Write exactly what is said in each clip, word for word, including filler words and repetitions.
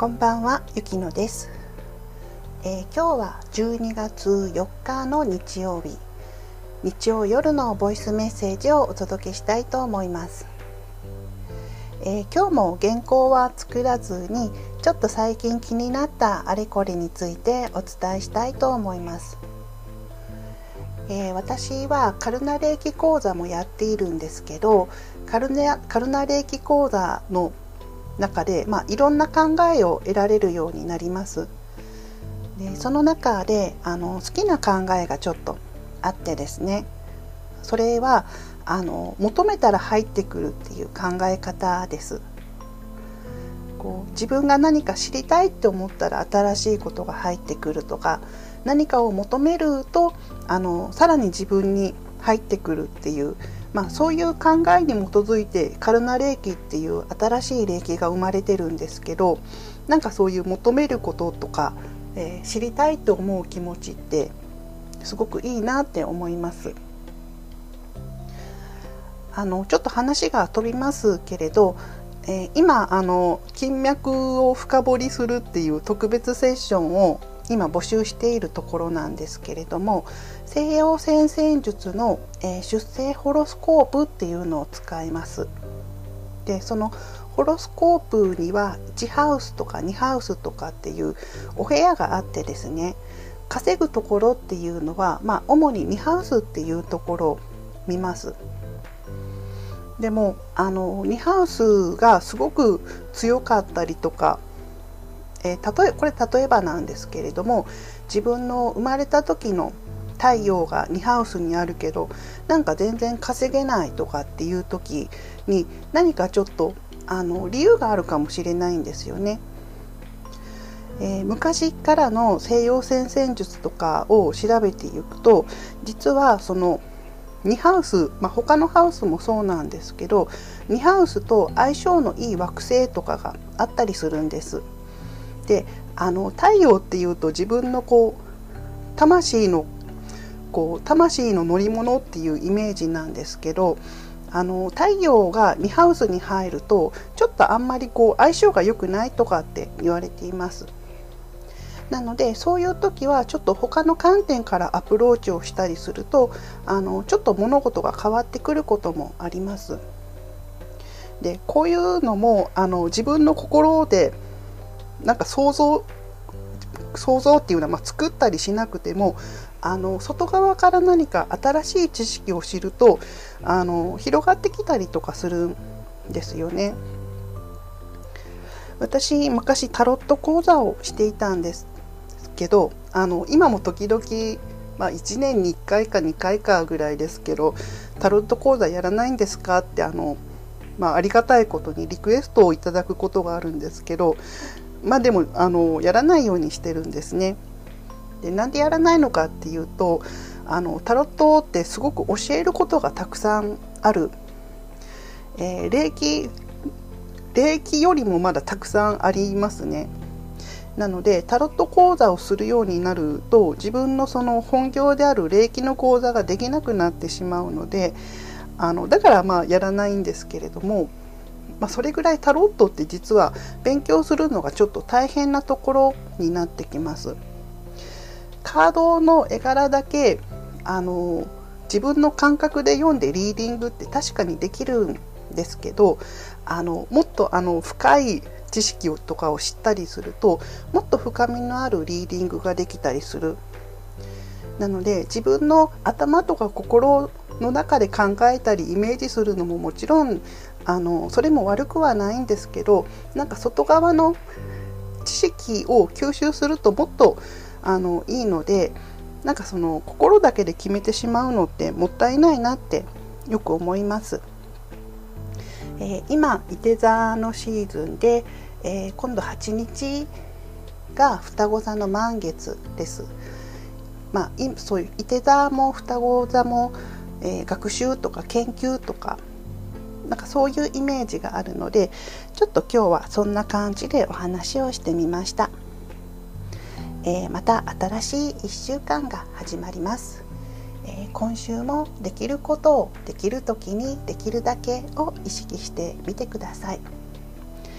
こんばんは、ゆきのです、えー、今日はじゅうにがつよっかの日曜日、日曜夜のボイスメッセージをお届けしたいと思います。えー、今日も原稿は作らずに、ちょっと最近気になったあれこれについてお伝えしたいと思います。えー、私はカルナレーキ講座もやっているんですけど、カルネカルナレーキ講座の中で、まあ、いろんな考えを得られるようになります。でその中であの好きな考えがちょっとあってですね、それはあの求めたら入ってくるっていう考え方です。こう自分が何か知りたいって思ったら新しいことが入ってくるとか、何かを求めるとあのさらに自分に入ってくるっていう、まあ、そういう考えに基づいてカルナレーキっていう新しい霊気が生まれてるんですけど、なんかそういう求めることとか、えー、知りたいと思う気持ちってすごくいいなって思います。あのちょっと話が飛びますけれど、えー、今あの金脈を深掘りするっていう特別セッションを今募集しているところなんですけれども、西洋占星術の、えー、出生ホロスコープっていうのを使います。でそのホロスコープにはいちハウスとかにハウスとかっていうお部屋があってですね、稼ぐところっていうのは、まあ、主ににハウスっていうところを見ます。でもあのにハウスがすごく強かったりとか、えー、例えこれ例えばなんですけれども、自分の生まれた時の太陽がにハウスにあるけどなんか全然稼げないとかっていう時に、何かちょっとあの理由があるかもしれないんですよね。えー、昔からの西洋占星術とかを調べていくと、実はそのにハウス、まあ、他のハウスもそうなんですけど、にハウスと相性のいい惑星とかがあったりするんです。であの太陽っていうと自分のこう魂のこう魂の乗り物っていうイメージなんですけど、あの太陽がにハウスに入るとちょっとあんまりこう相性が良くないとかって言われています。なのでそういう時はちょっと他の観点からアプローチをしたりすると、あのちょっと物事が変わってくることもあります。でこういうのもあの自分の心でなんか想像想像っていうのは、まあ、作ったりしなくても、あの外側から何か新しい知識を知るとあの広がってきたりとかするんですよね。私昔タロット講座をしていたんですけど、あの今も時々、まあ、いちねんにいっかいかにかいかぐらいですけど、タロット講座やらないんですかってあの、まあ、ありがたいことにリクエストをいただくことがあるんですけど、まあでもあのやらないようにしてるんですね。でなんでやらないのかっていうと、あのタロットってすごく教えることがたくさんある、えー、霊気霊気よりもまだたくさんありますね。なのでタロット講座をするようになると、自分のその本業である霊気の講座ができなくなってしまうので、あのだからまあやらないんですけれども、まあ、それぐらいタロットって実は勉強するのがちょっと大変なところになってきます。カードの絵柄だけあの自分の感覚で読んでリーディングって確かにできるんですけど、あのもっとあの深い知識をとかを知ったりすると、もっと深みのあるリーディングができたりする。なので自分の頭とか心の中で考えたりイメージするのももちろんあのそれも悪くはないんですけど、なんか外側の知識を吸収するともっとあのいいので、なんかその心だけで決めてしまうのってもったいないなってよく思います。えー、今いて座のシーズンで、えー、今度はちにちが双子座の満月です。まあ、そういういて座も双子座も、えー、学習とか研究とかなんかそういうイメージがあるので、ちょっと今日はそんな感じでお話をしてみました。えー、また新しいいっしゅうかんが始まります。えー、今週もできることをできる時にできるだけを意識してみてください。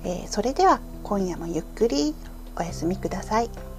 えー、それでは今夜もゆっくりお休みください。